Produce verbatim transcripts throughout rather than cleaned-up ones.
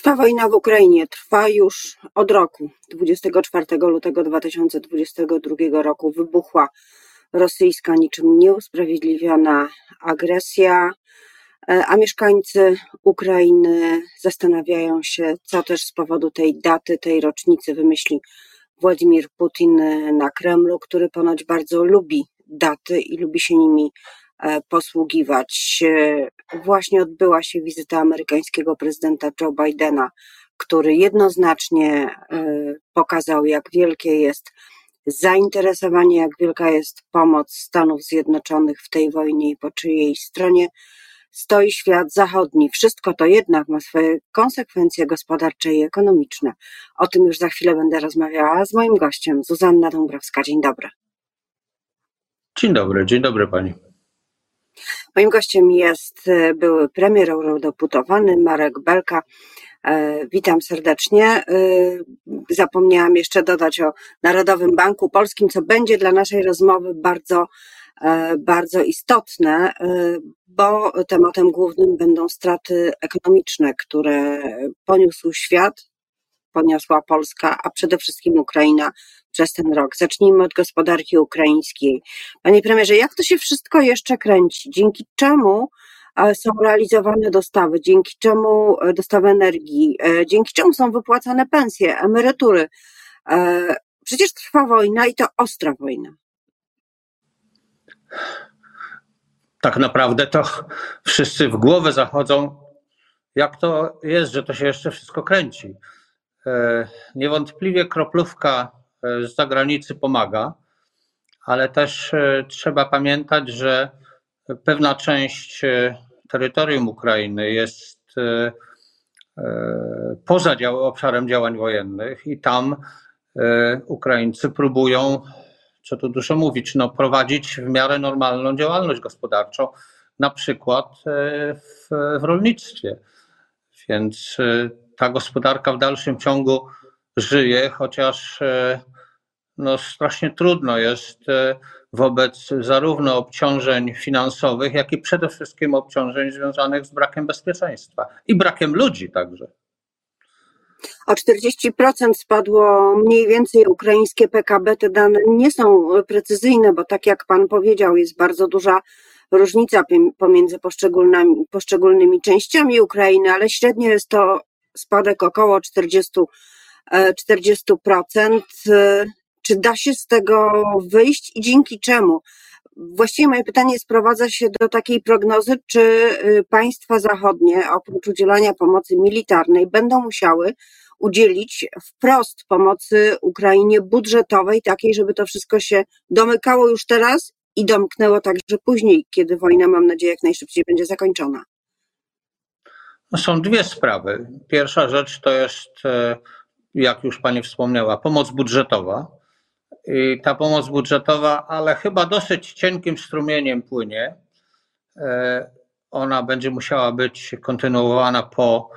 Trwa wojna w Ukrainie, trwa już od roku. dwudziestego czwartego lutego dwa tysiące dwudziestego drugiego roku wybuchła rosyjska niczym nieusprawiedliwiona agresja, a mieszkańcy Ukrainy zastanawiają się, co też z powodu tej daty, tej rocznicy wymyśli Władimir Putin na Kremlu, który ponoć bardzo lubi daty i lubi się nimi posługiwać. Właśnie odbyła się wizyta amerykańskiego prezydenta Joe Bidena, który jednoznacznie pokazał, jak wielkie jest zainteresowanie, jak wielka jest pomoc Stanów Zjednoczonych w tej wojnie i po czyjej stronie stoi świat zachodni. Wszystko to jednak ma swoje konsekwencje gospodarcze i ekonomiczne. O tym już za chwilę będę rozmawiała z moim gościem, Zuzanna Dąbrowska. Dzień dobry. Dzień dobry, dzień dobry pani. Moim gościem jest były premier eurodeputowany Marek Belka. Witam serdecznie. Zapomniałam jeszcze dodać o Narodowym Banku Polskim, co będzie dla naszej rozmowy bardzo, bardzo istotne, bo tematem głównym będą straty ekonomiczne, które poniósł świat, poniosła Polska, a przede wszystkim Ukraina przez ten rok. Zacznijmy od gospodarki ukraińskiej. Panie premierze, jak to się wszystko jeszcze kręci? Dzięki czemu są realizowane dostawy? Dzięki czemu dostawy energii? Dzięki czemu są wypłacane pensje, emerytury? Przecież trwa wojna i to ostra wojna. Tak naprawdę to wszyscy w głowę zachodzą, jak to jest, że to się jeszcze wszystko kręci. Niewątpliwie kroplówka z zagranicy pomaga, ale też trzeba pamiętać, że pewna część terytorium Ukrainy jest poza obszarem działań wojennych i tam Ukraińcy próbują, co tu dużo mówić, no, prowadzić w miarę normalną działalność gospodarczą, na przykład w, w rolnictwie. Więc ta gospodarka w dalszym ciągu żyje, chociaż no, strasznie trudno jest wobec zarówno obciążeń finansowych, jak i przede wszystkim obciążeń związanych z brakiem bezpieczeństwa i brakiem ludzi także. O czterdzieści procent spadło mniej więcej ukraińskie P K B. Te dane nie są precyzyjne, bo tak jak pan powiedział, jest bardzo duża różnica pomiędzy poszczególnymi, poszczególnymi częściami Ukrainy, ale średnio jest to spadek około czterdzieści procent. Czy da się z tego wyjść i dzięki czemu? Właściwie moje pytanie sprowadza się do takiej prognozy, czy państwa zachodnie oprócz udzielania pomocy militarnej będą musiały udzielić wprost pomocy Ukrainie budżetowej, takiej, żeby to wszystko się domykało już teraz i domknęło także później, kiedy wojna, mam nadzieję, jak najszybciej będzie zakończona. Są dwie sprawy. Pierwsza rzecz to jest, jak już pani wspomniała, pomoc budżetowa. I ta pomoc budżetowa, ale chyba dosyć cienkim strumieniem płynie. Ona będzie musiała być kontynuowana po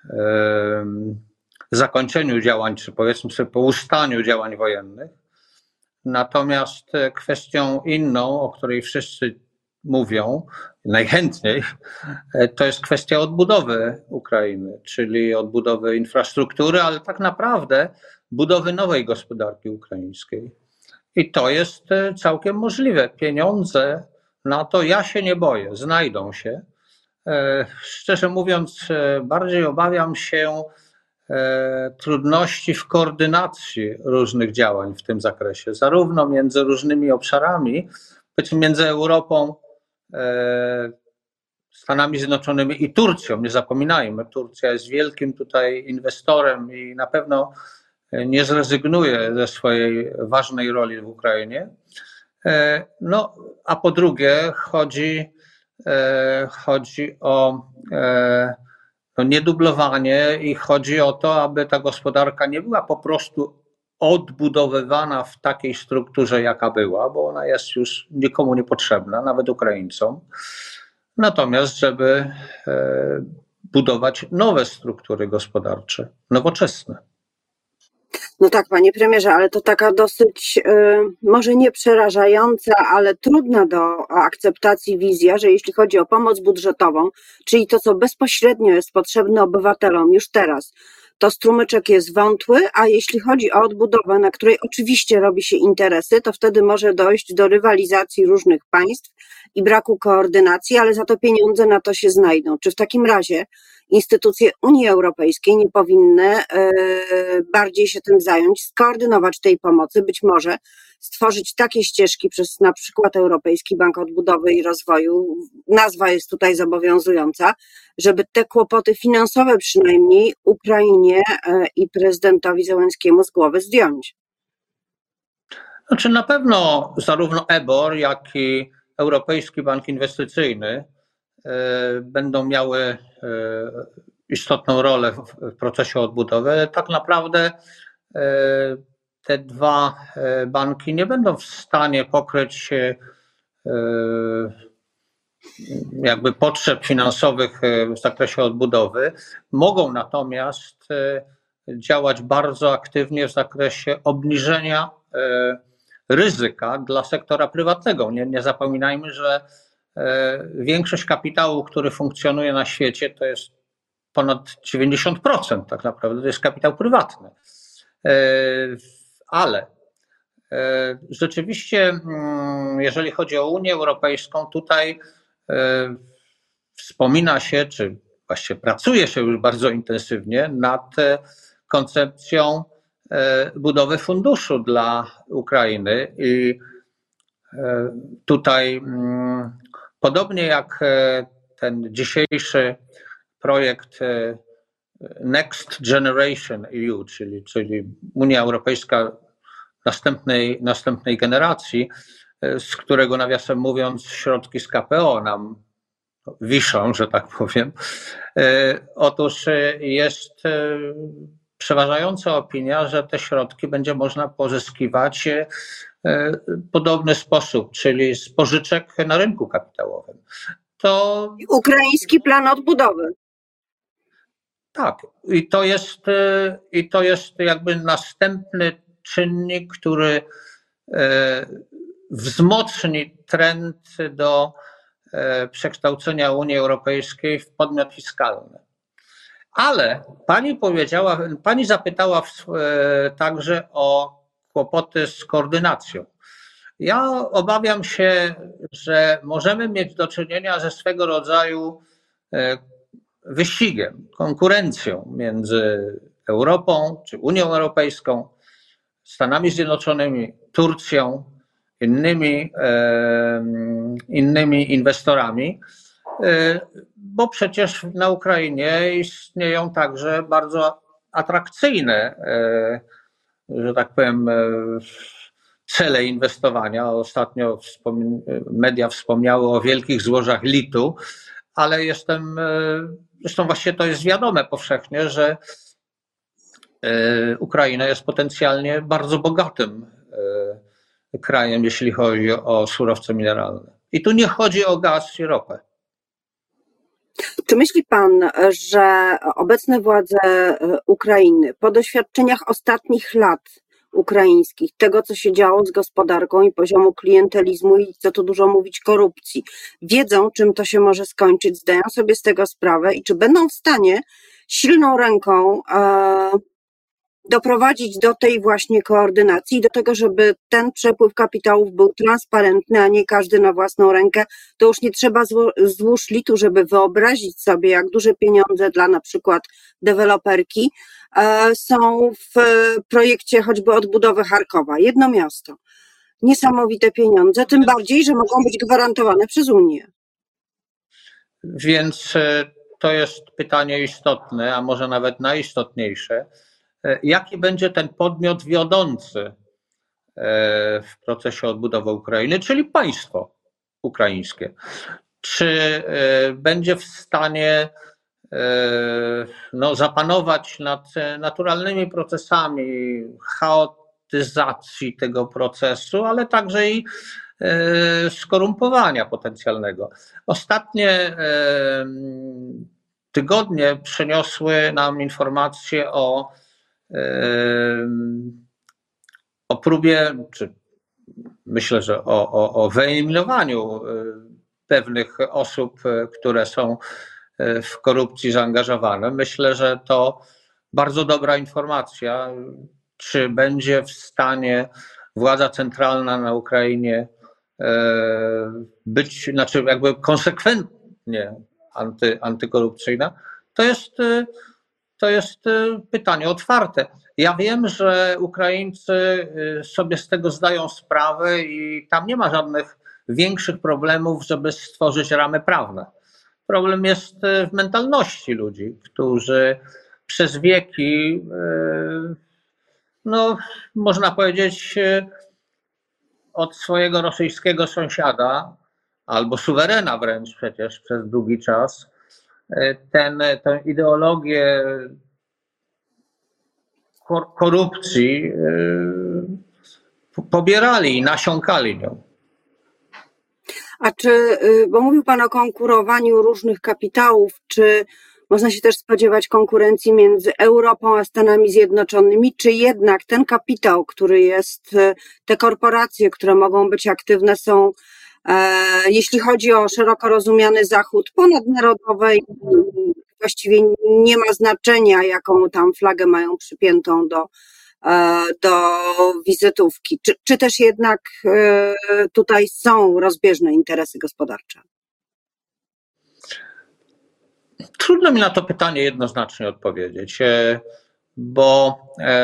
zakończeniu działań, czy powiedzmy sobie po ustaniu działań wojennych. Natomiast kwestią inną, o której wszyscy mówią najchętniej, to jest kwestia odbudowy Ukrainy, czyli odbudowy infrastruktury, ale tak naprawdę budowy nowej gospodarki ukraińskiej. I to jest całkiem możliwe. Pieniądze na to, ja się nie boję, znajdą się. Szczerze mówiąc, bardziej obawiam się trudności w koordynacji różnych działań w tym zakresie, zarówno między różnymi obszarami, między Europą, Stanami Zjednoczonymi i Turcją. Nie zapominajmy, Turcja jest wielkim tutaj inwestorem i na pewno nie zrezygnuje ze swojej ważnej roli w Ukrainie. No, a po drugie chodzi, chodzi o no, niedublowanie i chodzi o to, aby ta gospodarka nie była po prostu odbudowywana w takiej strukturze, jaka była, bo ona jest już nikomu niepotrzebna, nawet Ukraińcom. Natomiast, żeby budować nowe struktury gospodarcze, nowoczesne. No tak, panie premierze, ale to taka dosyć, y, może nie przerażająca, ale trudna do akceptacji wizja, że jeśli chodzi o pomoc budżetową, czyli to, co bezpośrednio jest potrzebne obywatelom już teraz, to strumyczek jest wątły, a jeśli chodzi o odbudowę, na której oczywiście robi się interesy, to wtedy może dojść do rywalizacji różnych państw i braku koordynacji, ale za to pieniądze na to się znajdą. Czy w takim razie instytucje Unii Europejskiej nie powinny e, bardziej się tym zająć, skoordynować tej pomocy, być może stworzyć takie ścieżki przez na przykład Europejski Bank Odbudowy i Rozwoju, nazwa jest tutaj zobowiązująca, żeby te kłopoty finansowe przynajmniej Ukrainie e, i prezydentowi Zełenskiemu z głowy zdjąć. Znaczy na pewno zarówno E B O R, jak i Europejski Bank Inwestycyjny będą miały istotną rolę w procesie odbudowy. Tak naprawdę te dwa banki nie będą w stanie pokryć jakby potrzeb finansowych w zakresie odbudowy. Mogą natomiast działać bardzo aktywnie w zakresie obniżenia ryzyka dla sektora prywatnego. Nie, nie zapominajmy, że większość kapitału, który funkcjonuje na świecie, to jest ponad dziewięćdziesiąt procent tak naprawdę, to jest kapitał prywatny. Ale rzeczywiście, jeżeli chodzi o Unię Europejską, tutaj wspomina się, czy właściwie pracuje się już bardzo intensywnie nad koncepcją budowy funduszu dla Ukrainy i tutaj podobnie jak ten dzisiejszy projekt Next Generation E U, czyli, czyli Unia Europejska następnej, następnej generacji, z którego nawiasem mówiąc środki z K P O nam wiszą, że tak powiem. Otóż jest przeważająca opinia, że te środki będzie można pozyskiwać w podobny sposób, czyli z pożyczek na rynku kapitałowym. To Ukraiński plan odbudowy. Tak, i to jest, i to jest jakby następny czynnik, który wzmocni trend do przekształcenia Unii Europejskiej w podmiot fiskalny. Ale pani powiedziała, pani zapytała także o kłopoty z koordynacją. Ja obawiam się, że możemy mieć do czynienia ze swego rodzaju wyścigiem, konkurencją między Europą czy Unią Europejską, Stanami Zjednoczonymi, Turcją, innymi, innymi inwestorami, bo przecież na Ukrainie istnieją także bardzo atrakcyjne, że tak powiem, cele inwestowania. Ostatnio media wspomniały o wielkich złożach litu, ale jestem, zresztą właściwie to jest wiadome powszechnie, że Ukraina jest potencjalnie bardzo bogatym krajem, jeśli chodzi o surowce mineralne. I tu nie chodzi o gaz i ropę. Czy myśli pan, że obecne władze Ukrainy po doświadczeniach ostatnich lat ukraińskich, tego co się działo z gospodarką i poziomu klientelizmu i co tu dużo mówić korupcji, wiedzą czym to się może skończyć, zdają sobie z tego sprawę i czy będą w stanie silną ręką e, doprowadzić do tej właśnie koordynacji, do tego, żeby ten przepływ kapitałów był transparentny, a nie każdy na własną rękę. To już nie trzeba złóż litu, żeby wyobrazić sobie, jak duże pieniądze dla na przykład deweloperki są w projekcie choćby odbudowy Charkowa. Jedno miasto. Niesamowite pieniądze, tym bardziej, że mogą być gwarantowane przez Unię. Więc to jest pytanie istotne, a może nawet najistotniejsze. Jaki będzie ten podmiot wiodący w procesie odbudowy Ukrainy, czyli państwo ukraińskie? Czy będzie w stanie no, zapanować nad naturalnymi procesami chaotyzacji tego procesu, ale także i skorumpowania potencjalnego? Ostatnie tygodnie przyniosły nam informacje o o próbie, czy myślę, że o, o, o wyeliminowaniu pewnych osób, które są w korupcji zaangażowane. Myślę, że to bardzo dobra informacja, czy będzie w stanie władza centralna na Ukrainie być, znaczy jakby konsekwentnie anty, antykorupcyjna, to jest, to jest pytanie otwarte. Ja wiem, że Ukraińcy sobie z tego zdają sprawę i tam nie ma żadnych większych problemów, żeby stworzyć ramy prawne. Problem jest w mentalności ludzi, którzy przez wieki, no można powiedzieć, od swojego rosyjskiego sąsiada, albo suwerena wręcz przecież przez długi czas, ten, tę ideologię korupcji pobierali i nasiąkali nią. A czy, bo mówił Pan o konkurowaniu różnych kapitałów, czy można się też spodziewać konkurencji między Europą a Stanami Zjednoczonymi, czy jednak ten kapitał, który jest, te korporacje, które mogą być aktywne, są, e, jeśli chodzi o szeroko rozumiany Zachód, ponadnarodowe i właściwie nie ma znaczenia, jaką tam flagę mają przypiętą do, do wizytówki. Czy, czy też jednak tutaj są rozbieżne interesy gospodarcze? Trudno mi na to pytanie jednoznacznie odpowiedzieć, bo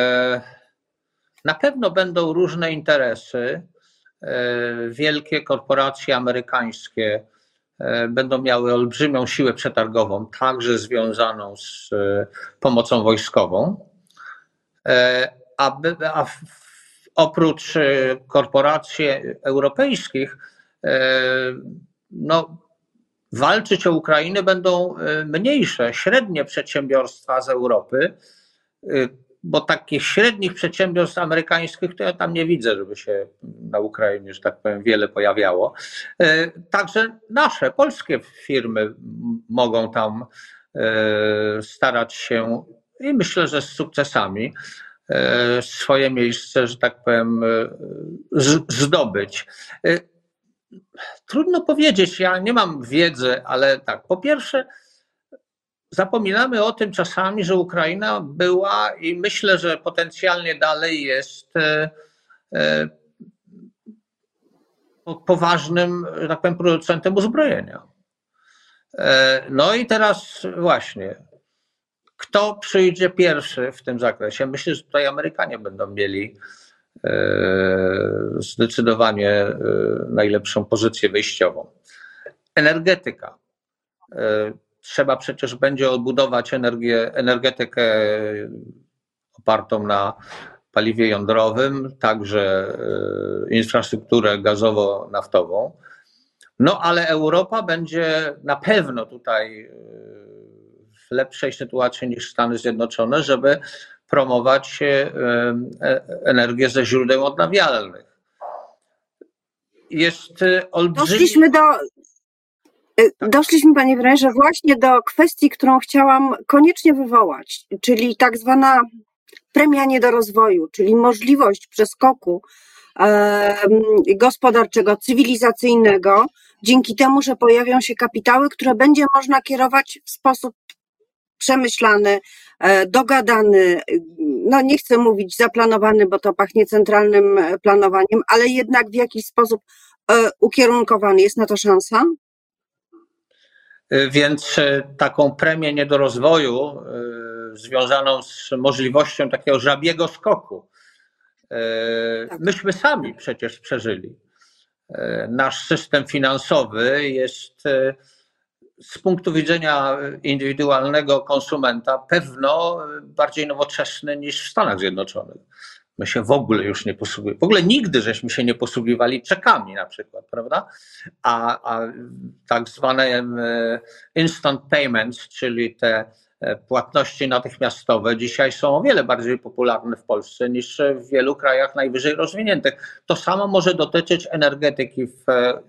na pewno będą różne interesy. Wielkie korporacje amerykańskie będą miały olbrzymią siłę przetargową, także związaną z pomocą wojskową. A, a oprócz korporacji europejskich, no, walczyć o Ukrainę będą mniejsze, średnie przedsiębiorstwa z Europy, bo takich średnich przedsiębiorstw amerykańskich to ja tam nie widzę, żeby się na Ukrainie, że tak powiem, wiele pojawiało. Także nasze, polskie firmy mogą tam starać się i myślę, że z sukcesami swoje miejsce, że tak powiem, zdobyć. Trudno powiedzieć, ja nie mam wiedzy, ale tak, po pierwsze zapominamy o tym czasami, że Ukraina była i myślę, że potencjalnie dalej jest poważnym, że tak powiem, producentem uzbrojenia. No i teraz właśnie, kto przyjdzie pierwszy w tym zakresie? Myślę, że tutaj Amerykanie będą mieli zdecydowanie najlepszą pozycję wyjściową. Energetyka. Trzeba przecież będzie odbudować energię, energetykę opartą na paliwie jądrowym, także infrastrukturę gazowo-naftową. No ale Europa będzie na pewno tutaj w lepszej sytuacji niż Stany Zjednoczone, żeby promować energię ze źródeł odnawialnych. Jest olbrzymi... Doszliśmy do, doszliśmy, panie premierze, właśnie do kwestii, którą chciałam koniecznie wywołać, czyli tak zwana premia niedorozwoju, czyli możliwość przeskoku gospodarczego, cywilizacyjnego, dzięki temu, że pojawią się kapitały, które będzie można kierować w sposób przemyślany, dogadany, no nie chcę mówić zaplanowany, bo to pachnie centralnym planowaniem, ale jednak w jakiś sposób ukierunkowany. Jest na to szansa? Więc taką premię niedorozwoju związaną z możliwością takiego żabiego skoku myśmy sami przecież przeżyli. Nasz system finansowy jest z punktu widzenia indywidualnego konsumenta pewno bardziej nowoczesny niż w Stanach Zjednoczonych. My się w ogóle już nie posługujemy, w ogóle nigdy żeśmy się nie posługiwali czekami na przykład, prawda? A, a tak zwane instant payments, czyli te płatności natychmiastowe dzisiaj są o wiele bardziej popularne w Polsce niż w wielu krajach najwyżej rozwiniętych. To samo może dotyczyć energetyki w,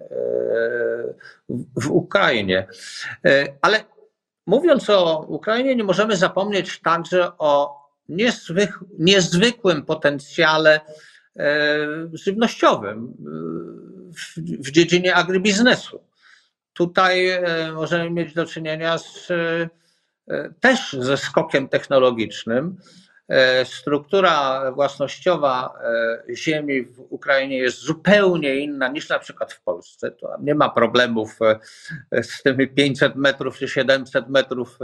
w Ukrainie. Ale mówiąc o Ukrainie, nie możemy zapomnieć także o niezwyk, niezwykłym potencjale żywnościowym w, w dziedzinie agrybiznesu. Tutaj możemy mieć do czynienia z, też ze skokiem technologicznym. Struktura własnościowa ziemi w Ukrainie jest zupełnie inna niż na przykład w Polsce. To nie ma problemów z tymi pięćset metrów czy siedemset metrów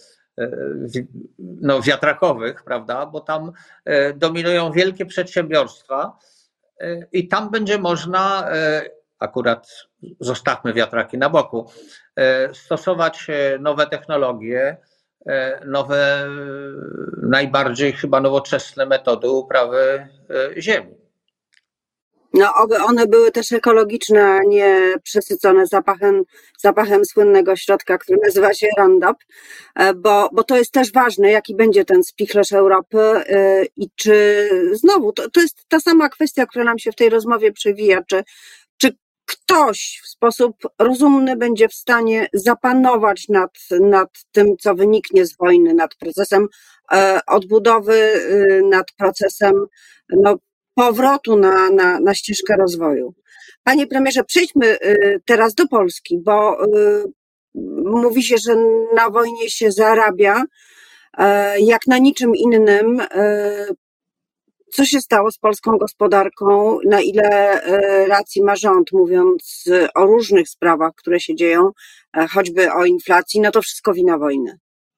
no, wiatrakowych, prawda? Bo tam dominują wielkie przedsiębiorstwa i tam będzie można, akurat zostawmy wiatraki na boku, stosować nowe technologie, nowe, najbardziej chyba nowoczesne metody uprawy ziemi. No, oby one były też ekologiczne, a nie przesycone zapachem, zapachem słynnego środka, który nazywa się Roundup, bo, bo to jest też ważne, jaki będzie ten spichlerz Europy i czy znowu, to, to jest ta sama kwestia, która nam się w tej rozmowie przewija, czy, czy ktoś w sposób rozumny będzie w stanie zapanować nad, nad tym, co wyniknie z wojny, nad procesem odbudowy, nad procesem, no, powrotu na, na, na ścieżkę rozwoju. Panie premierze, przejdźmy teraz do Polski, bo mówi się, że na wojnie się zarabia jak na niczym innym. Co się stało z polską gospodarką? Na ile racji ma rząd, mówiąc o różnych sprawach, które się dzieją, choćby o inflacji, no to wszystko wina wojny.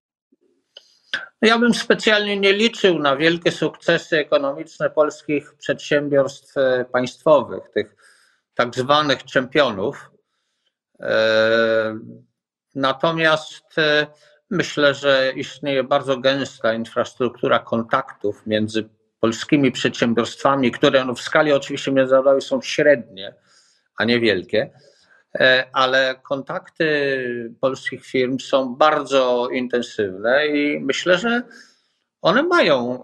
Ja bym specjalnie nie liczył na wielkie sukcesy ekonomiczne polskich przedsiębiorstw państwowych, tych tak zwanych czempionów. Natomiast myślę, że istnieje bardzo gęsta infrastruktura kontaktów między polskimi przedsiębiorstwami, które no w skali oczywiście międzynarodowej są średnie, a nie wielkie, ale kontakty polskich firm są bardzo intensywne i myślę, że one mają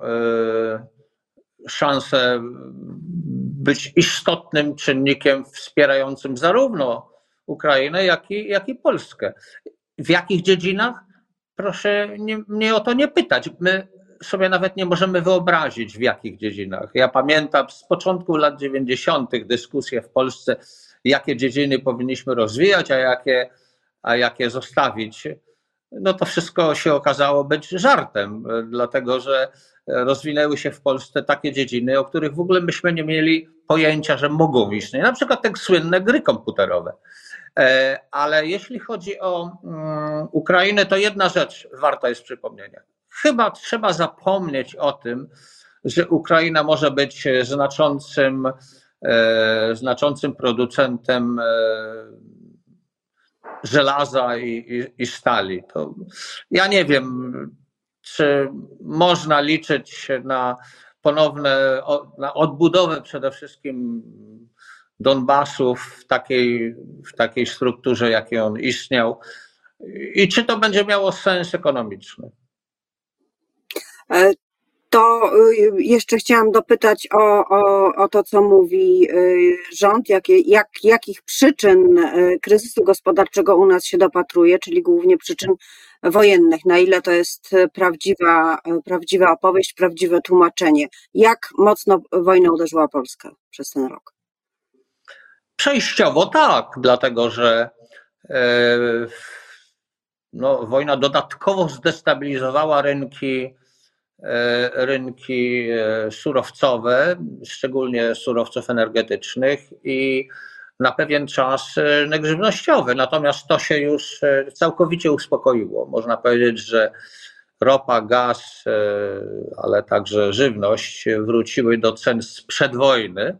szansę być istotnym czynnikiem wspierającym zarówno Ukrainę, jak i, jak i Polskę. W jakich dziedzinach? Proszę nie, mnie o to nie pytać. My sobie nawet nie możemy wyobrazić, w jakich dziedzinach. Ja pamiętam z początku lat dziewięćdziesiątych dyskusje w Polsce, jakie dziedziny powinniśmy rozwijać, a jakie, a jakie zostawić. No to wszystko się okazało być żartem, dlatego że rozwinęły się w Polsce takie dziedziny, o których w ogóle myśmy nie mieli pojęcia, że mogą istnieć. Na przykład te słynne gry komputerowe. Ale jeśli chodzi o Ukrainę, to jedna rzecz warta jest przypomnienia. Chyba trzeba zapomnieć o tym, że Ukraina może być znaczącym, znaczącym producentem żelaza i, i, i stali. To ja nie wiem, czy można liczyć na ponowne, na odbudowę przede wszystkim Donbasu w takiej, w takiej strukturze, jakiej on istniał i czy to będzie miało sens ekonomiczny. To jeszcze chciałam dopytać o, o, o to, co mówi rząd, jakie, jak, jakich przyczyn kryzysu gospodarczego u nas się dopatruje, czyli głównie przyczyn wojennych. Na ile to jest prawdziwa, prawdziwa opowieść, prawdziwe tłumaczenie. Jak mocno wojna uderzyła Polskę przez ten rok? Przejściowo tak, dlatego że no, wojna dodatkowo zdestabilizowała rynki, rynki surowcowe, szczególnie surowców energetycznych i na pewien czas rynek żywnościowy. Natomiast to się już całkowicie uspokoiło. Można powiedzieć, że ropa, gaz, ale także żywność wróciły do cen sprzed wojny.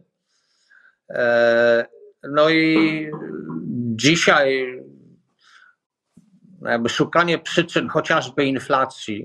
No i dzisiaj jakby szukanie przyczyn chociażby inflacji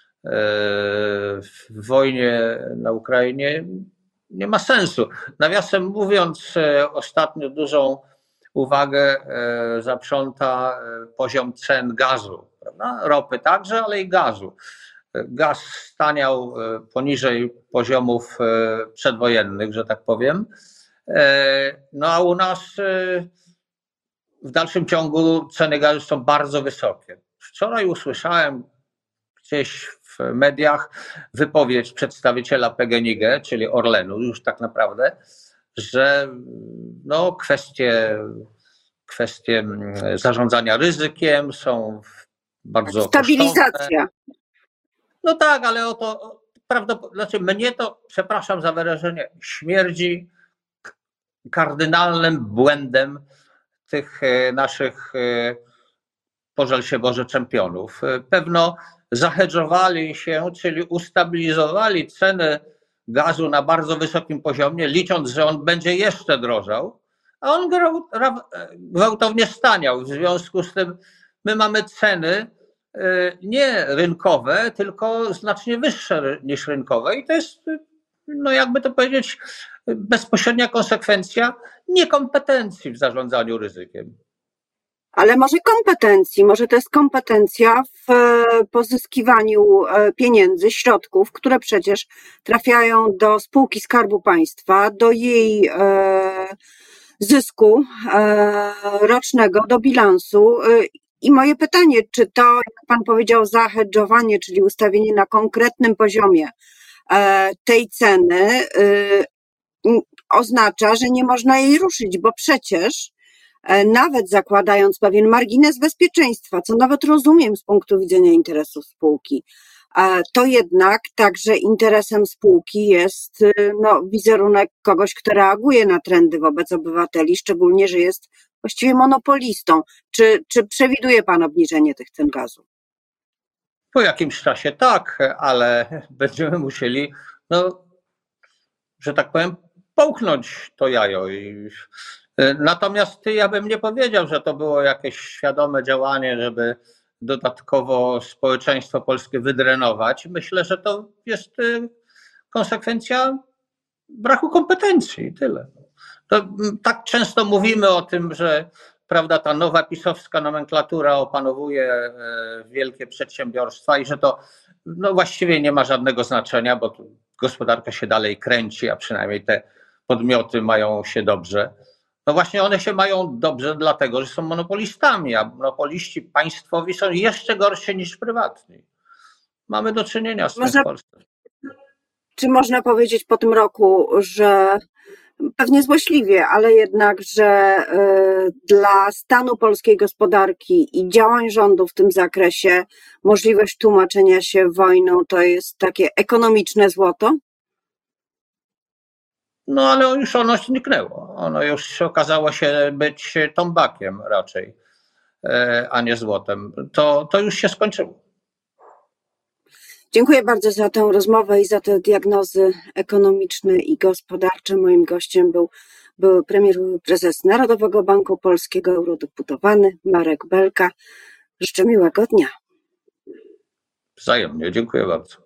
w wojnie na Ukrainie nie ma sensu. Nawiasem mówiąc, ostatnio dużą uwagę zaprząta poziom cen gazu, prawda? Ropy także, ale i gazu. Gaz staniał poniżej poziomów przedwojennych, że tak powiem. No a u nas w dalszym ciągu ceny gazu są bardzo wysokie. Wczoraj usłyszałem gdzieś w w mediach wypowiedź przedstawiciela P G N I G, czyli Orlenu już tak naprawdę, że no, kwestie, kwestie zarządzania ryzykiem są bardzo Stabilizacja. kosztowne. No tak, ale o to prawdopodobnie, znaczy mnie to, przepraszam za wyrażenie, śmierdzi kardynalnym błędem tych naszych, pożal się Boże, czempionów. Pewno zahedżowali się, czyli ustabilizowali ceny gazu na bardzo wysokim poziomie, licząc, że on będzie jeszcze drożał, a on gwałtownie staniał. W związku z tym my mamy ceny nie rynkowe, tylko znacznie wyższe niż rynkowe i to jest, no jakby to powiedzieć, bezpośrednia konsekwencja niekompetencji w zarządzaniu ryzykiem. Ale może kompetencji, może to jest kompetencja w pozyskiwaniu pieniędzy, środków, które przecież trafiają do spółki Skarbu Państwa, do jej zysku rocznego, do bilansu. I moje pytanie, czy to, jak pan powiedział, zahedżowanie, czyli ustawienie na konkretnym poziomie tej ceny oznacza, że nie można jej ruszyć, bo przecież nawet zakładając pewien margines bezpieczeństwa, co nawet rozumiem z punktu widzenia interesu spółki, to jednak także interesem spółki jest no, wizerunek kogoś, kto reaguje na trendy wobec obywateli, szczególnie, że jest właściwie monopolistą. Czy, czy przewiduje pan obniżenie tych cen gazu? Po jakimś czasie tak, ale będziemy musieli, no, że tak powiem, połknąć to jajo. I natomiast ja bym nie powiedział, że to było jakieś świadome działanie, żeby dodatkowo społeczeństwo polskie wydrenować. Myślę, że to jest konsekwencja braku kompetencji, tyle. To tak często mówimy o tym, że prawda, ta nowa pisowska nomenklatura opanowuje wielkie przedsiębiorstwa i że to no, właściwie nie ma żadnego znaczenia, bo gospodarka się dalej kręci, a przynajmniej te podmioty mają się dobrze. No właśnie one się mają dobrze dlatego, że są monopolistami, a monopoliści państwowi są jeszcze gorsi niż prywatni. Mamy do czynienia z tym w Polsce. Czy można powiedzieć po tym roku, że pewnie złośliwie, ale jednak, że dla stanu polskiej gospodarki i działań rządu w tym zakresie możliwość tłumaczenia się wojną to jest takie ekonomiczne złoto? No ale już ono zniknęło. Ono już okazało się być tombakiem raczej, a nie złotem. To, to już się skończyło. Dziękuję bardzo za tę rozmowę i za te diagnozy ekonomiczne i gospodarcze. Moim gościem był, był premier, prezes Narodowego Banku Polskiego, eurodeputowany Marek Belka. Życzę miłego dnia. Wzajemnie, dziękuję bardzo.